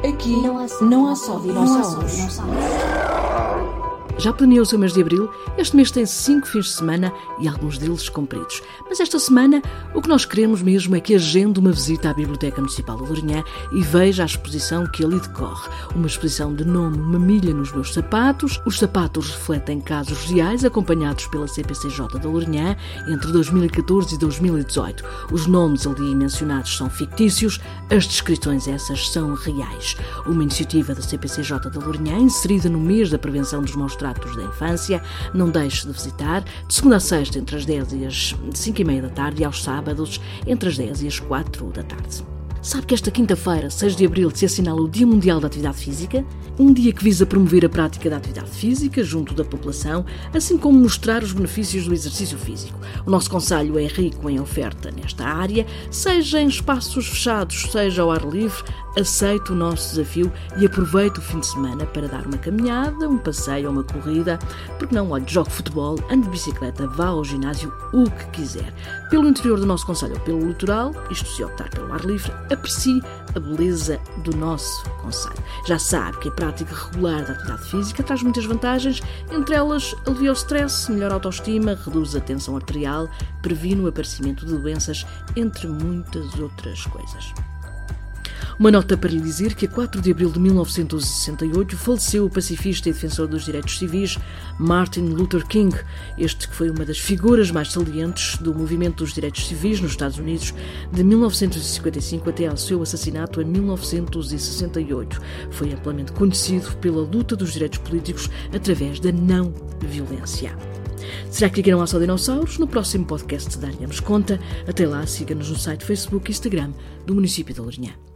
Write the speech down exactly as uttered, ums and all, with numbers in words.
Aqui não há, não há só dinossauros. Já planeou o seu mês de abril? Este mês tem cinco fins de semana e alguns deles compridos. Mas esta semana o que nós queremos mesmo é que agende uma visita à Biblioteca Municipal de Lourinhã e veja a exposição que ali decorre. Uma exposição de nome Uma Milha nos Meus Sapatos. Os sapatos refletem casos reais acompanhados pela C P C J de Lourinhã entre dois mil e catorze e dois mil e dezoito. Os nomes ali mencionados são fictícios, as descrições essas são reais. Uma iniciativa da C P C J de Lourinhã inserida no mês da prevenção dos maus tratos da infância. Não deixe de visitar de segunda a sexta entre as dez e as cinco e meia da tarde e aos sábados entre as dez e as quatro da tarde. Sabe que esta quinta-feira, seis de abril, se assinala o Dia Mundial da Atividade Física? Um dia que visa promover a prática da atividade física junto da população, assim como mostrar os benefícios do exercício físico. O nosso concelho é rico em oferta nesta área, seja em espaços fechados, seja ao ar livre. Aceite o nosso desafio e aproveite o fim de semana para dar uma caminhada, um passeio ou uma corrida. Porque não, olhe, jogue futebol, ande de bicicleta, vá ao ginásio, o que quiser. Pelo interior do nosso concelho ou pelo litoral, isto se optar pelo ar livre, aprecie a beleza do nosso concelho. Já sabe que a prática regular da atividade física traz muitas vantagens, entre elas alivia o stress, melhora a autoestima, reduz a tensão arterial, previne o aparecimento de doenças, entre muitas outras coisas. Uma nota para lhe dizer que a quatro de abril de mil novecentos e sessenta e oito faleceu o pacifista e defensor dos direitos civis Martin Luther King, este que foi uma das figuras mais salientes do movimento dos direitos civis nos Estados Unidos de mil novecentos e cinquenta e cinco até ao seu assassinato em mil novecentos e sessenta e oito. Foi amplamente conhecido pela luta dos direitos políticos através da não violência. Será que aqui não há só dinossauros? No próximo podcast daremos conta. Até lá, siga-nos no site, Facebook e Instagram do município de Lourinhã.